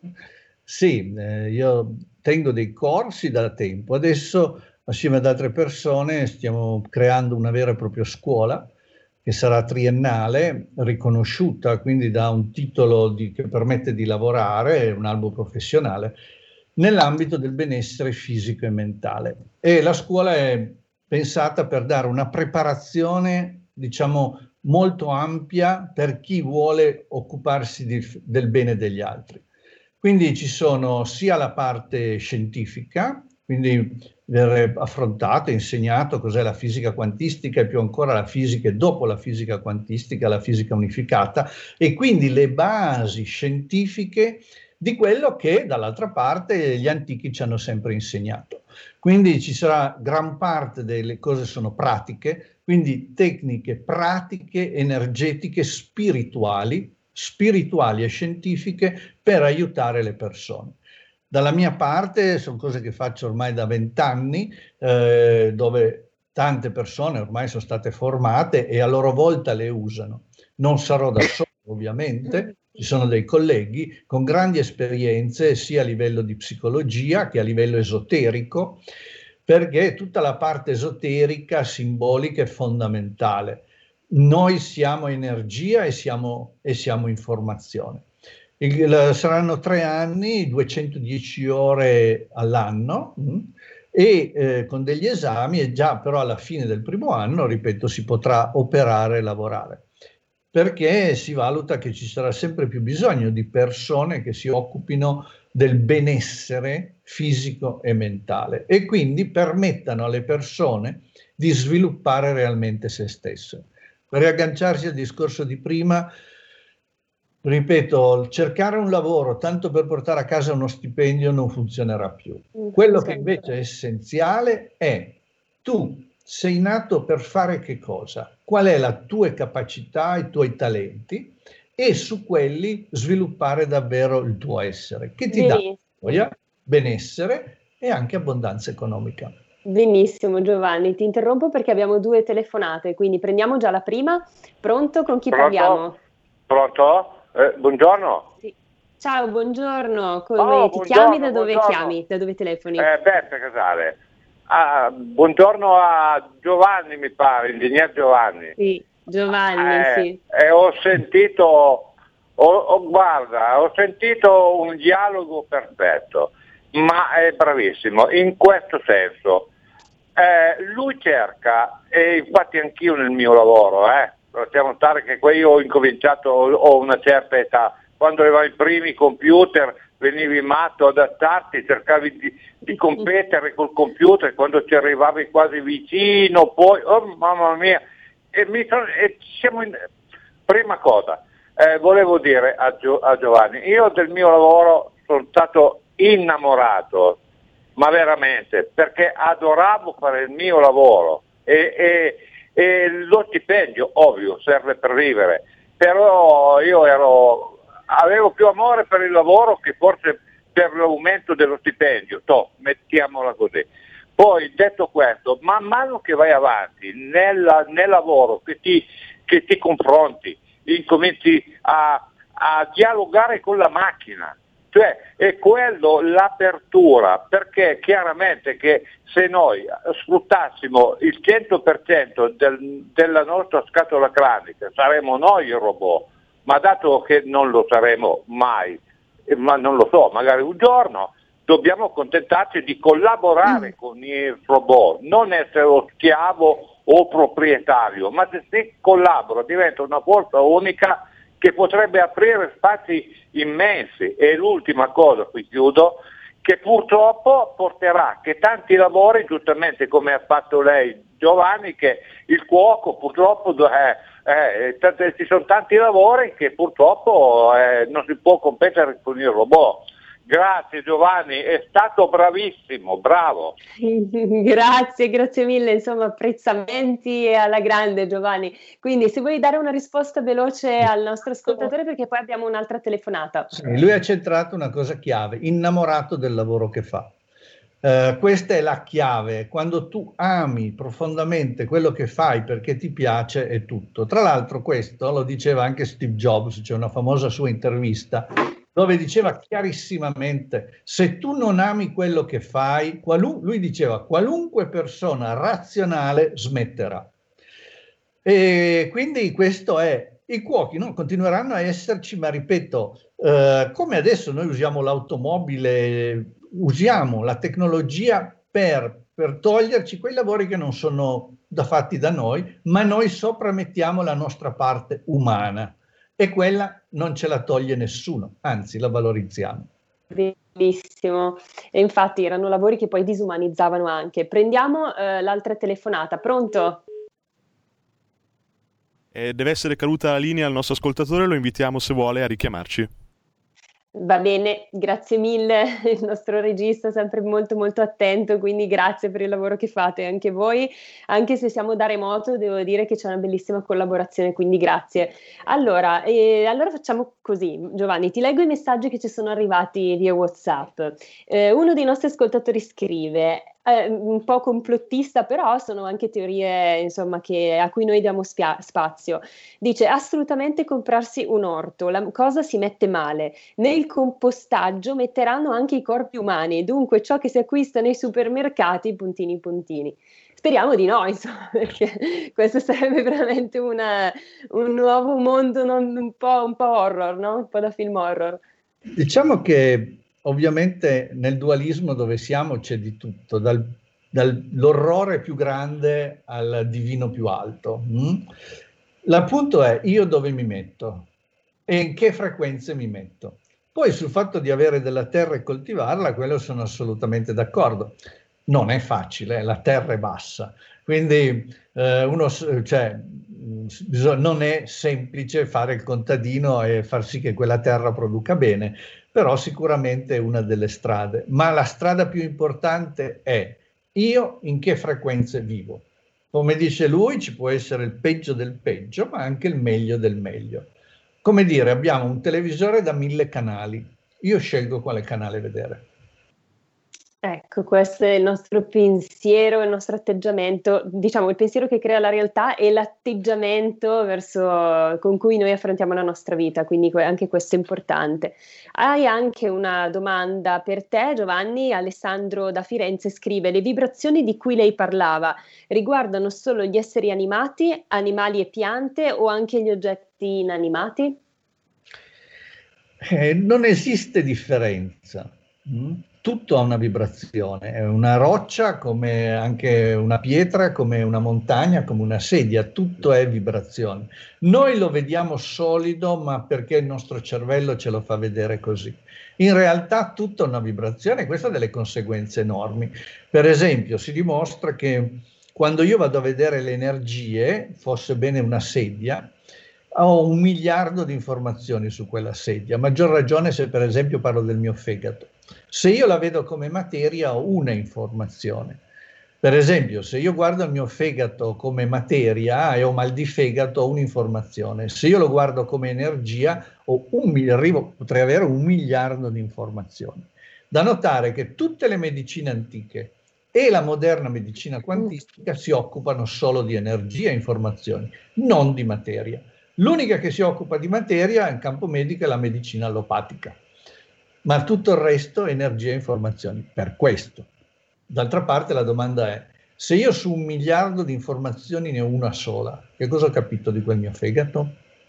Speaker 4: Sì, io tengo dei corsi da tempo. Adesso, assieme ad altre persone, stiamo creando una vera e propria scuola che sarà triennale, riconosciuta, quindi da un titolo che permette di lavorare, un albo professionale, nell'ambito del benessere fisico e mentale. E la scuola è pensata per dare una preparazione, diciamo, molto ampia per chi vuole occuparsi del bene degli altri. Quindi ci sono sia la parte scientifica, quindi verrà affrontato e insegnato cos'è la fisica quantistica e più ancora la fisica e dopo la fisica quantistica, la fisica unificata, e quindi le basi scientifiche di quello che dall'altra parte gli antichi ci hanno sempre insegnato. Quindi ci sarà gran parte delle cose sono pratiche, quindi tecniche pratiche, energetiche, spirituali e scientifiche per aiutare le persone. Dalla mia parte sono cose che faccio ormai da 20 anni, dove tante persone ormai sono state formate e a loro volta le usano. Non sarò da solo, ovviamente. Ci sono dei colleghi con grandi esperienze sia a livello di psicologia che a livello esoterico, perché tutta la parte esoterica, simbolica è fondamentale. Noi siamo energia e siamo informazione. Saranno 3 anni, 210 ore all'anno e con degli esami, e già però alla fine del primo anno, ripeto, si potrà operare e lavorare. Perché si valuta che ci sarà sempre più bisogno di persone che si occupino del benessere fisico e mentale e quindi permettano alle persone di sviluppare realmente se stesse. Per riagganciarsi al discorso di prima, ripeto, cercare un lavoro tanto per portare a casa uno stipendio non funzionerà più. Quello che invece è essenziale è tu sei nato per fare che cosa, qual è la tua capacità, i tuoi talenti, e su quelli sviluppare davvero il tuo essere, che ti dà gioia, benessere e anche abbondanza economica.
Speaker 3: Benissimo Giovanni, ti interrompo perché abbiamo 2 telefonate, quindi prendiamo già la prima. Pronto? Con chi parliamo?
Speaker 12: Pronto? Buongiorno.
Speaker 3: Sì. Ciao, buongiorno. Come ti chiami? Da dove chiami? Da dove telefoni?
Speaker 12: Beppe Casale. Buongiorno a Giovanni, mi pare, ingegner Giovanni.
Speaker 3: Sì, Giovanni, sì.
Speaker 12: Ho sentito, guarda, ho sentito un dialogo perfetto, ma è bravissimo in questo senso. Lui cerca, e infatti anch'io nel mio lavoro, lasciamo stare che io ho incominciato, ho una certa età, quando avevamo i primi computer venivi matto ad adattarti, cercavi di competere col computer, quando ci arrivavi quasi vicino, poi, oh mamma mia, prima cosa, volevo dire a Giovanni, io del mio lavoro sono stato innamorato, ma veramente, perché adoravo fare il mio lavoro e lo stipendio, ovvio, serve per vivere, però io avevo più amore per il lavoro che forse per l'aumento dello stipendio, mettiamola così. Poi, detto questo, man mano che vai avanti nel lavoro, che ti confronti, incominci a dialogare con la macchina, cioè è quello l'apertura, perché chiaramente che se noi sfruttassimo il 100% della nostra scatola cranica saremmo noi il robot, ma dato che non lo saremo mai, ma non lo so, magari un giorno dobbiamo accontentarci di collaborare con il robot, non essere lo schiavo o proprietario, ma se si collabora diventa una forza unica che potrebbe aprire spazi immensi. E l'ultima cosa, qui chiudo, che purtroppo porterà che tanti lavori, giustamente come ha fatto lei Giovanni, che il cuoco purtroppo ci sono tanti lavori che purtroppo non si può competere con il robot. Grazie Giovanni, è stato bravissimo, bravo.
Speaker 3: Grazie mille, insomma apprezzamenti e alla grande Giovanni. Quindi se vuoi dare una risposta veloce al nostro ascoltatore, perché poi abbiamo un'altra telefonata.
Speaker 4: Sì, lui ha centrato una cosa chiave, innamorato del lavoro che fa. Questa è la chiave, quando tu ami profondamente quello che fai perché ti piace è tutto. Tra l'altro questo lo diceva anche Steve Jobs, c'è una famosa sua intervista dove diceva chiarissimamente: se tu non ami quello che fai, lui diceva qualunque persona razionale smetterà. E quindi questo è, i cuochi continueranno a esserci, ma ripeto, come adesso noi usiamo l'automobile, usiamo la tecnologia per toglierci quei lavori che non sono fatti da noi, ma noi sopramettiamo la nostra parte umana e quella non ce la toglie nessuno, anzi la valorizziamo.
Speaker 3: Bellissimo, e infatti erano lavori che poi disumanizzavano anche. Prendiamo l'altra telefonata, pronto?
Speaker 2: Deve essere caduta la linea al nostro ascoltatore, lo invitiamo se vuole a richiamarci.
Speaker 3: Va bene, grazie mille, il nostro regista è sempre molto molto attento, quindi grazie per il lavoro che fate anche voi, anche se siamo da remoto devo dire che c'è una bellissima collaborazione, quindi grazie. Allora facciamo così, Giovanni, ti leggo i messaggi che ci sono arrivati via WhatsApp. Uno dei nostri ascoltatori scrive: un po' complottista, però sono anche teorie insomma a cui noi diamo spazio. Dice: assolutamente comprarsi un orto, la cosa si mette male, nel compostaggio metteranno anche i corpi umani, dunque ciò che si acquista nei supermercati, puntini puntini. Speriamo di no, insomma, perché questo sarebbe veramente un nuovo mondo un po' horror, no? Un po' da film horror.
Speaker 4: Diciamo che ovviamente nel dualismo dove siamo c'è di tutto, dall'orrore più grande al divino più alto. L'appunto è: io dove mi metto e in che frequenze mi metto. Poi sul fatto di avere della terra e coltivarla, quello sono assolutamente d'accordo. Non è facile, la terra è bassa, quindi non è semplice fare il contadino e far sì che quella terra produca bene, però sicuramente è una delle strade. Ma la strada più importante è: io in che frequenze vivo. Come dice lui, ci può essere il peggio del peggio, ma anche il meglio del meglio. Come dire, abbiamo un televisore da 1000 canali. Io scelgo quale canale vedere.
Speaker 3: Ecco, questo è il nostro pensiero, il nostro atteggiamento, diciamo il pensiero che crea la realtà e l'atteggiamento con cui noi affrontiamo la nostra vita, quindi anche questo è importante. Hai anche una domanda per te, Giovanni. Alessandro da Firenze scrive: le vibrazioni di cui lei parlava riguardano solo gli esseri animati, animali e piante, o anche gli oggetti inanimati?
Speaker 4: Non esiste differenza. Tutto ha una vibrazione, è una roccia come anche una pietra, come una montagna, come una sedia, tutto è vibrazione. Noi lo vediamo solido, ma perché il nostro cervello ce lo fa vedere così. In realtà tutto è una vibrazione e questo ha delle conseguenze enormi. Per esempio, si dimostra che quando io vado a vedere le energie, fosse bene una sedia, ho 1 miliardo di informazioni su quella sedia, a maggior ragione se per esempio parlo del mio fegato. Se io la vedo come materia ho una informazione. Per esempio, se io guardo il mio fegato come materia e ho mal di fegato, ho un'informazione. Se io lo guardo come energia, potrei avere 1 miliardo di informazioni. Da notare che tutte le medicine antiche e la moderna medicina quantistica si occupano solo di energia e informazioni, non di materia. L'unica che si occupa di materia in campo medico è la medicina allopatica, ma tutto il resto è energia e informazioni. Per questo. D'altra parte la domanda è: se io su 1 miliardo di informazioni ne ho una sola, che cosa ho capito di quel mio fegato?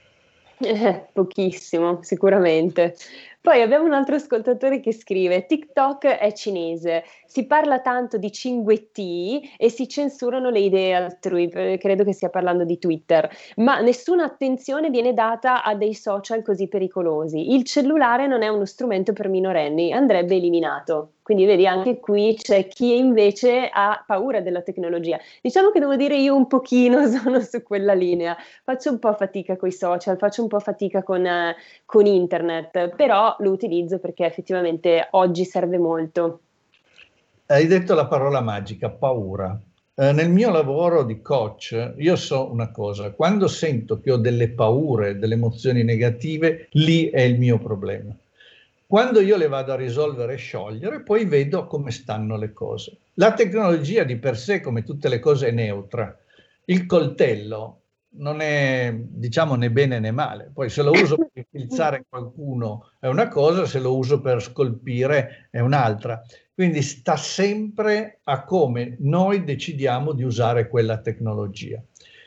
Speaker 3: Pochissimo, sicuramente. Poi abbiamo un altro ascoltatore che scrive: TikTok è cinese, si parla tanto di cinguetti e si censurano le idee altrui, credo che stia parlando di Twitter, ma nessuna attenzione viene data a dei social così pericolosi. Il cellulare non è uno strumento per minorenni, andrebbe eliminato. Quindi vedi, anche qui c'è chi invece ha paura della tecnologia. Diciamo che devo dire, io un pochino sono su quella linea, faccio un po' fatica con i social, faccio un po' fatica con internet, però lo utilizzo perché effettivamente oggi serve molto.
Speaker 4: Hai detto la parola magica, paura. Nel mio lavoro di coach io so una cosa: quando sento che ho delle paure, delle emozioni negative, lì è il mio problema. Quando io le vado a risolvere e sciogliere, poi vedo come stanno le cose. La tecnologia di per sé, come tutte le cose, è neutra. Il coltello non è, diciamo, né bene né male. Poi se lo uso per infilzare qualcuno è una cosa, se lo uso per scolpire è un'altra. Quindi sta sempre a come noi decidiamo di usare quella tecnologia.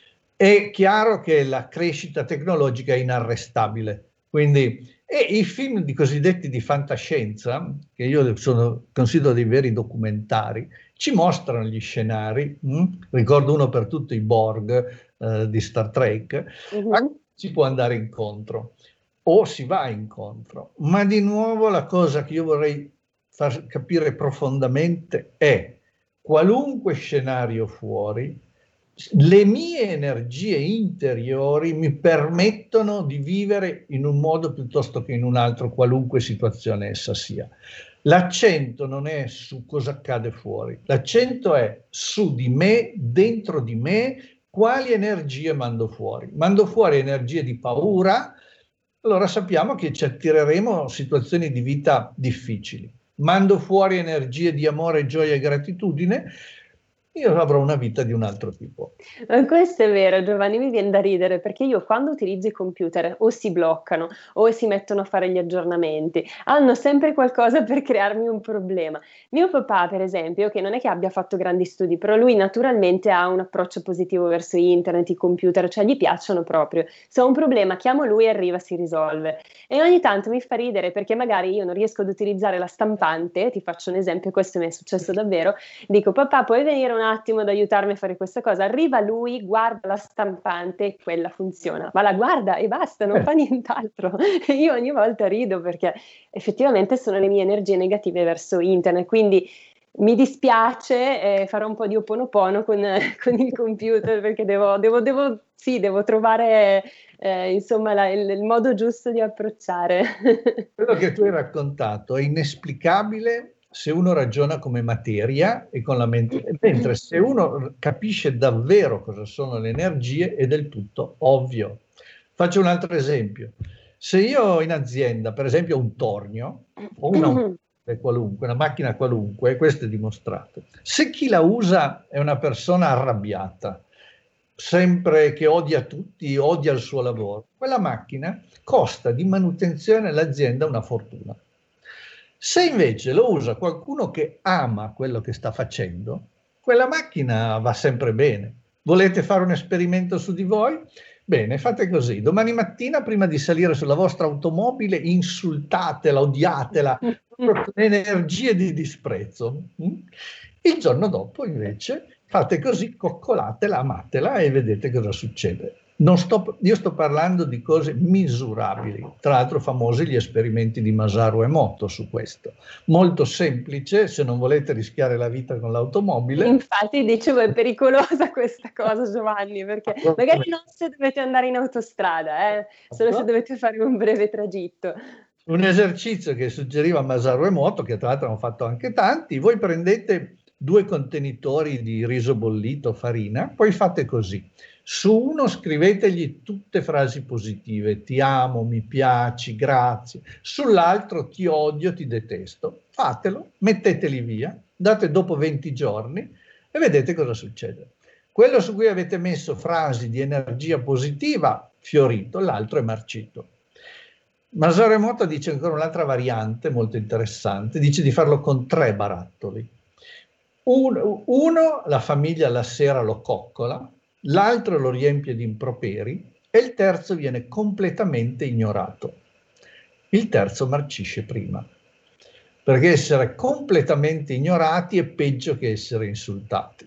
Speaker 4: È chiaro che la crescita tecnologica è inarrestabile, quindi i film cosiddetti di fantascienza, che io considero dei veri documentari, ci mostrano gli scenari. Ricordo uno per tutti, i Borg di Star Trek. Si può andare incontro o si va incontro, ma di nuovo la cosa che io vorrei far capire profondamente è: qualunque scenario fuori, le mie energie interiori mi permettono di vivere in un modo piuttosto che in un altro, qualunque situazione essa sia. L'accento non è su cosa accade fuori, l'accento è su di me, dentro di me, quali energie mando fuori. Mando fuori energie di paura, allora sappiamo che ci attireremo situazioni di vita difficili. Mando fuori energie di amore, gioia e gratitudine, io avrò una vita di un altro tipo.
Speaker 3: Questo è vero, Giovanni, mi viene da ridere perché io quando utilizzo i computer o si bloccano o si mettono a fare gli aggiornamenti, hanno sempre qualcosa per crearmi un problema. Mio papà, per esempio, che non è che abbia fatto grandi studi, però lui naturalmente ha un approccio positivo verso internet, i computer, cioè gli piacciono proprio. Se ho un problema chiamo lui e arriva, si risolve. E ogni tanto mi fa ridere perché magari io non riesco ad utilizzare la stampante, ti faccio un esempio, questo mi è successo davvero, dico: papà, puoi venire un attimo ad aiutarmi a fare questa cosa? Arriva lui, guarda la stampante e quella funziona, ma la guarda e basta, non fa nient'altro. E io ogni volta rido perché effettivamente sono le mie energie negative verso internet, quindi mi dispiace, farò un po' di oponopono con il computer perché devo trovare insomma il modo giusto di approcciare.
Speaker 4: Quello che tu hai raccontato è inesplicabile se uno ragiona come materia e con la mente, mentre se uno capisce davvero cosa sono le energie è del tutto ovvio. Faccio un altro esempio. Se io in azienda, per esempio, ho un tornio o una macchina qualunque, questo è dimostrato, se chi la usa è una persona arrabbiata, sempre che odia tutti, odia il suo lavoro, quella macchina costa di manutenzione all'azienda una fortuna. Se invece lo usa qualcuno che ama quello che sta facendo, quella macchina va sempre bene. Volete fare un esperimento su di voi? Bene, fate così. Domani mattina, prima di salire sulla vostra automobile, insultatela, odiatela, energie di disprezzo. Il giorno dopo, invece, fate così, coccolatela, amatela e vedete cosa succede. Io sto parlando di cose misurabili, tra l'altro famosi gli esperimenti di Masaru Emoto su questo. Molto semplice, se non volete rischiare la vita con l'automobile.
Speaker 3: Infatti dicevo è pericolosa questa cosa, Giovanni, perché magari non se dovete andare in autostrada, solo se dovete fare un breve tragitto.
Speaker 4: Un esercizio che suggeriva Masaru Emoto, che tra l'altro hanno fatto anche tanti, voi prendete 2 contenitori di riso bollito, farina, poi fate così. Su uno scrivetegli tutte frasi positive, ti amo, mi piaci, grazie. Sull'altro ti odio, ti detesto. Fatelo, metteteli via, date dopo 20 giorni e vedete cosa succede. Quello su cui avete messo frasi di energia positiva, fiorito, l'altro è marcito. Masaru Emoto dice ancora un'altra variante molto interessante, dice di farlo con 3 barattoli. Uno, la famiglia la sera lo coccola, l'altro lo riempie di improperi e il terzo viene completamente ignorato. Il terzo marcisce prima, perché essere completamente ignorati è peggio che essere insultati.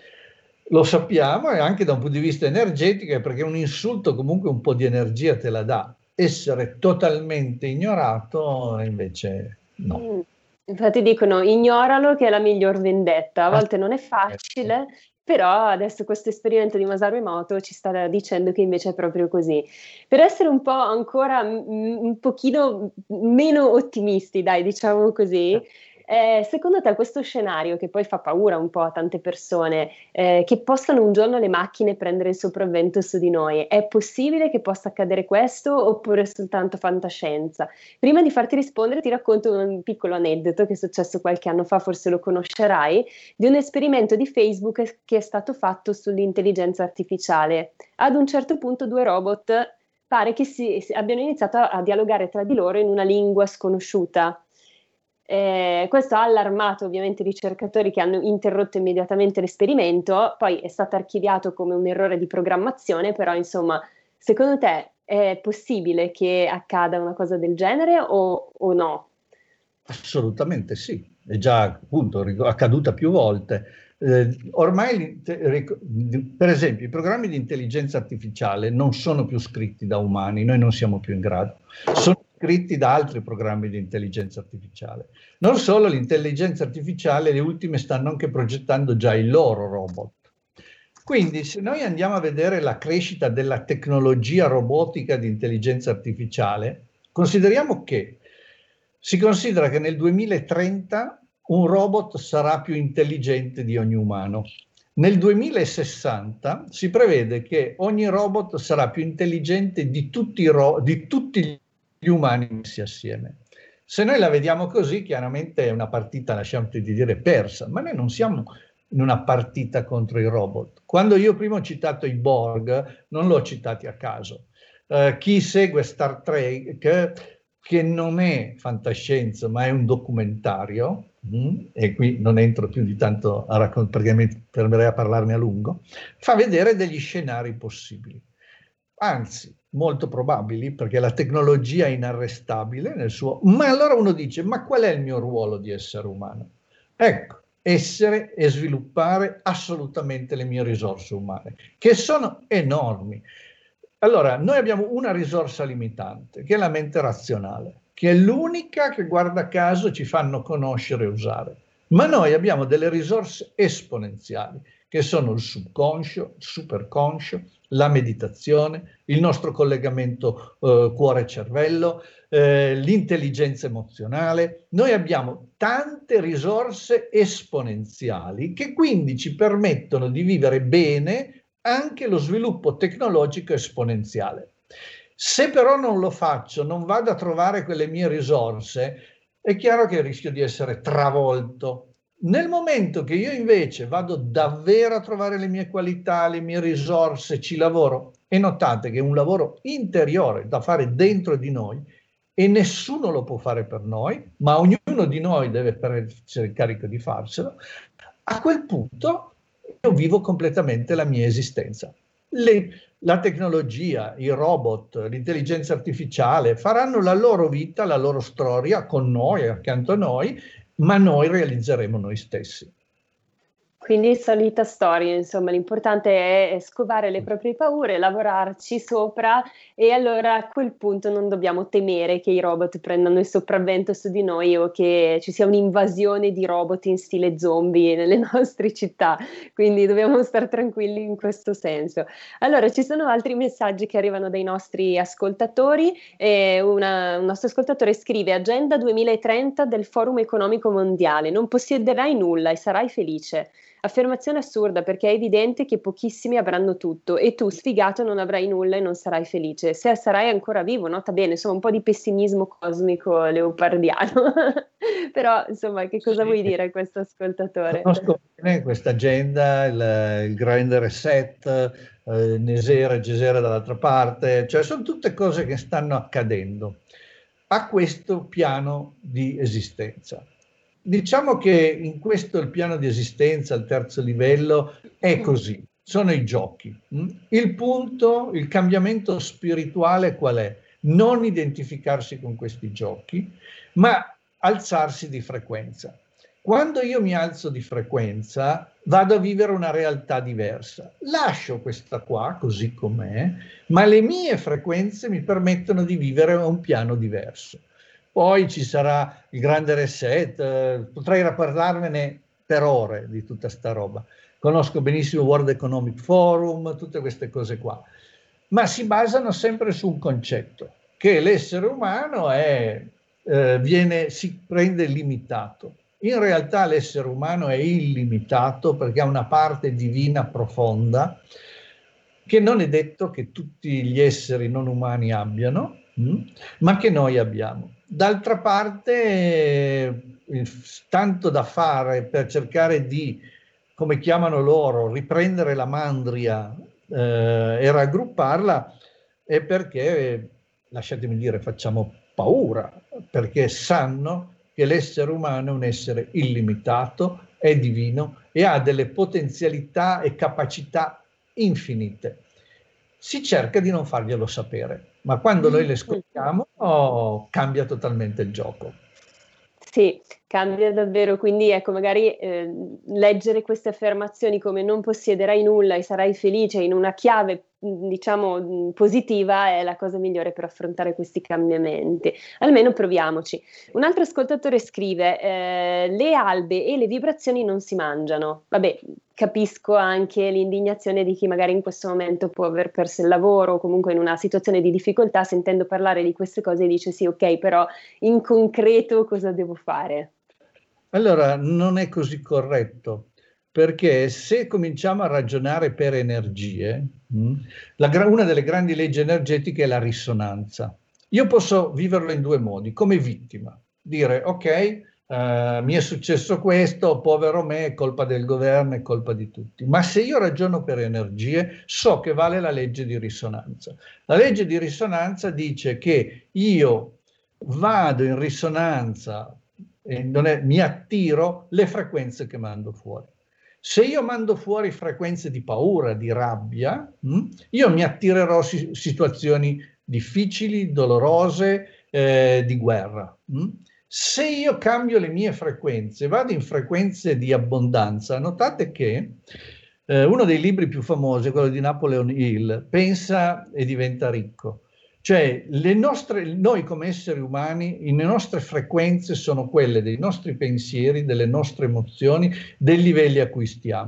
Speaker 4: Lo sappiamo e anche da un punto di vista energetico, perché un insulto comunque un po' di energia te la dà. Essere totalmente ignorato invece no.
Speaker 3: Infatti dicono ignoralo che è la miglior vendetta, a volte non è facile, però adesso questo esperimento di Masaru Emoto ci sta dicendo che invece è proprio così. Per essere un po' ancora un pochino meno ottimisti, dai, diciamo così, secondo te questo scenario che poi fa paura un po' a tante persone, che possano un giorno le macchine prendere il sopravvento su di noi, è possibile che possa accadere questo oppure è soltanto fantascienza? Prima di farti rispondere ti racconto un piccolo aneddoto che è successo qualche anno fa, forse lo conoscerai, di un esperimento di Facebook che è stato fatto sull'intelligenza artificiale. Ad un certo punto 2 robot pare che abbiano iniziato a dialogare tra di loro in una lingua sconosciuta. Questo ha allarmato ovviamente i ricercatori che hanno interrotto immediatamente l'esperimento, poi è stato archiviato come un errore di programmazione, però insomma, secondo te è possibile che accada una cosa del genere o no?
Speaker 4: Assolutamente sì, è già appunto accaduta più volte. Ormai, per esempio, i programmi di intelligenza artificiale non sono più scritti da umani, noi non siamo più in grado. Sono scritti da altri programmi di intelligenza artificiale. Non solo, l'intelligenza artificiale, le ultime stanno anche progettando già i loro robot. Quindi se noi andiamo a vedere la crescita della tecnologia robotica di intelligenza artificiale, consideriamo che si considera che nel 2030 un robot sarà più intelligente di ogni umano. Nel 2060 si prevede che ogni robot sarà più intelligente di tutti gli umani messi assieme. Se noi la vediamo così, chiaramente è una partita, lasciamoti di dire, persa, ma noi non siamo in una partita contro i robot. Quando io prima ho citato i Borg, non l'ho citati a caso. Chi segue Star Trek, che non è fantascienza, ma è un documentario, e qui non entro più di tanto a raccontare, perché mi fermerei a parlarne a lungo, fa vedere degli scenari possibili. Anzi, molto probabili, perché la tecnologia è inarrestabile nel suo... Ma allora uno dice, ma qual è il mio ruolo di essere umano? Ecco, essere e sviluppare assolutamente le mie risorse umane, che sono enormi. Allora, noi abbiamo una risorsa limitante, che è la mente razionale, che è l'unica che, guarda caso, ci fanno conoscere e usare. Ma noi abbiamo delle risorse esponenziali, che sono il subconscio, il superconscio, la meditazione, il nostro collegamento cuore-cervello, l'intelligenza emozionale. Noi abbiamo tante risorse esponenziali che quindi ci permettono di vivere bene anche lo sviluppo tecnologico esponenziale. Se però non lo faccio, non vado a trovare quelle mie risorse, è chiaro che rischio di essere travolto. Nel momento che io invece vado davvero a trovare le mie qualità, le mie risorse, ci lavoro, e notate che è un lavoro interiore da fare dentro di noi e nessuno lo può fare per noi, ma ognuno di noi deve essere in carico di farselo, a quel punto io vivo completamente la mia esistenza. La tecnologia, i robot, l'intelligenza artificiale faranno la loro vita, la loro storia con noi, accanto a noi, ma noi realizzeremo noi stessi.
Speaker 3: Quindi solita storia, insomma, l'importante è scovare le proprie paure, lavorarci sopra e allora a quel punto non dobbiamo temere che i robot prendano il sopravvento su di noi o che ci sia un'invasione di robot in stile zombie nelle nostre città, quindi dobbiamo stare tranquilli in questo senso. Allora, ci sono altri messaggi che arrivano dai nostri ascoltatori. Un nostro ascoltatore scrive: Agenda 2030 del Forum Economico Mondiale, non possiederai nulla e sarai felice. Affermazione assurda, perché è evidente che pochissimi avranno tutto e tu, sfigato, non avrai nulla e non sarai felice. Se sarai ancora vivo, nota bene, insomma, un po' di pessimismo cosmico leopardiano. Però, insomma, che cosa vuoi dire a questo ascoltatore?
Speaker 4: Conosco bene questa agenda, il Grand Reset, Nesera e Gesera dall'altra parte, cioè sono tutte cose che stanno accadendo a questo piano di esistenza. Diciamo che in questo il piano di esistenza, il terzo livello, è così, sono i giochi. Il punto, il cambiamento spirituale qual è? Non identificarsi con questi giochi, ma alzarsi di frequenza. Quando io mi alzo di frequenza, vado a vivere una realtà diversa. Lascio questa qua così com'è, ma le mie frequenze mi permettono di vivere a un piano diverso. Poi ci sarà il grande reset, potrei parlarvene per ore di tutta sta roba. Conosco benissimo World Economic Forum, tutte queste cose qua. Ma si basano sempre su un concetto, che l'essere umano si prende limitato. In realtà l'essere umano è illimitato perché ha una parte divina profonda che non è detto che tutti gli esseri non umani abbiano, ma che noi abbiamo. D'altra parte, tanto da fare per cercare di, come chiamano loro, riprendere la mandria e raggrupparla, è perché, lasciatemi dire, facciamo paura, perché sanno che l'essere umano è un essere illimitato, è divino e ha delle potenzialità e capacità infinite. Si cerca di non farglielo sapere, ma quando noi le scopriamo cambia totalmente il gioco.
Speaker 3: Sì, cambia davvero, quindi ecco, magari leggere queste affermazioni come non possiederai nulla e sarai felice in una chiave, diciamo, positiva è la cosa migliore per affrontare questi cambiamenti. Almeno proviamoci. Un altro ascoltatore scrive: le albe e le vibrazioni non si mangiano. Vabbè, capisco anche l'indignazione di chi magari in questo momento può aver perso il lavoro o comunque in una situazione di difficoltà, sentendo parlare di queste cose dice sì, ok, però in concreto cosa devo fare?
Speaker 4: Allora, non è così corretto, perché se cominciamo a ragionare per energie, una delle grandi leggi energetiche è la risonanza. Io posso viverlo in due modi, come vittima, dire ok, mi è successo questo, povero me, è colpa del governo, è colpa di tutti. Ma se io ragiono per energie, so che vale la legge di risonanza. La legge di risonanza dice che io vado in risonanza, mi attiro le frequenze che mando fuori. Se io mando fuori frequenze di paura, di rabbia, io mi attirerò situazioni difficili, dolorose, di guerra. Se io cambio le mie frequenze, vado in frequenze di abbondanza, notate che uno dei libri più famosi, quello di Napoleon Hill, Pensa e diventa ricco. Cioè noi come esseri umani, le nostre frequenze sono quelle dei nostri pensieri, delle nostre emozioni, dei livelli a cui stiamo.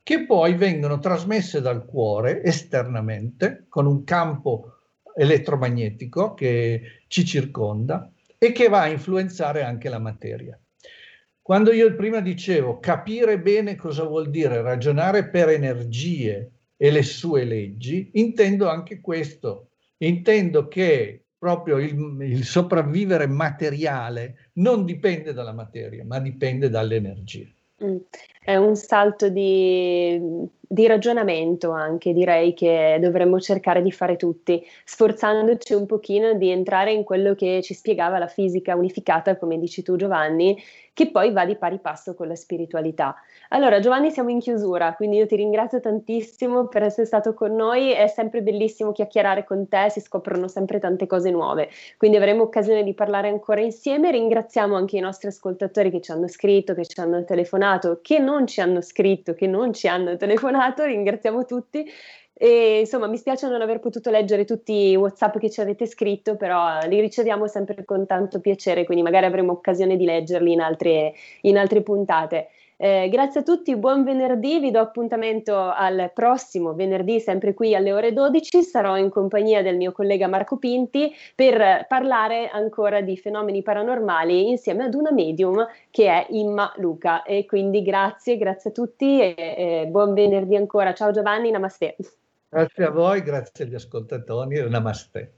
Speaker 4: che poi vengono trasmesse dal cuore esternamente con un campo elettromagnetico che ci circonda e che va a influenzare anche la materia. Quando io prima dicevo capire bene cosa vuol dire ragionare per energie e le sue leggi, intendo anche questo. Intendo che proprio il sopravvivere materiale non dipende dalla materia, ma dipende dalle energie.
Speaker 3: È un salto di ragionamento anche, direi, che dovremmo cercare di fare tutti, sforzandoci un pochino di entrare in quello che ci spiegava la fisica unificata, come dici tu Giovanni, che poi va di pari passo con la spiritualità. Allora Giovanni, siamo in chiusura, quindi io ti ringrazio tantissimo per essere stato con noi, è sempre bellissimo chiacchierare con te, si scoprono sempre tante cose nuove, quindi avremo occasione di parlare ancora insieme. Ringraziamo anche i nostri ascoltatori che ci hanno scritto, che ci hanno telefonato, che non ci hanno scritto, che non ci hanno telefonato, ringraziamo tutti. E insomma mi spiace non aver potuto leggere tutti i WhatsApp che ci avete scritto, però li riceviamo sempre con tanto piacere, quindi magari avremo occasione di leggerli in altre puntate. Grazie a tutti, buon venerdì, vi do appuntamento al prossimo venerdì sempre qui alle ore 12, sarò in compagnia del mio collega Marco Pinti per parlare ancora di fenomeni paranormali insieme ad una medium che è Imma Luca, e quindi grazie a tutti e buon venerdì ancora. Ciao Giovanni, namaste.
Speaker 4: Grazie a voi, grazie agli ascoltatori e namaste.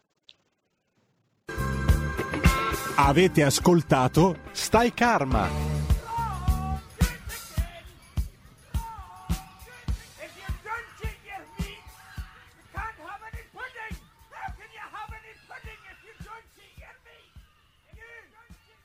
Speaker 1: Avete ascoltato Stai Karma.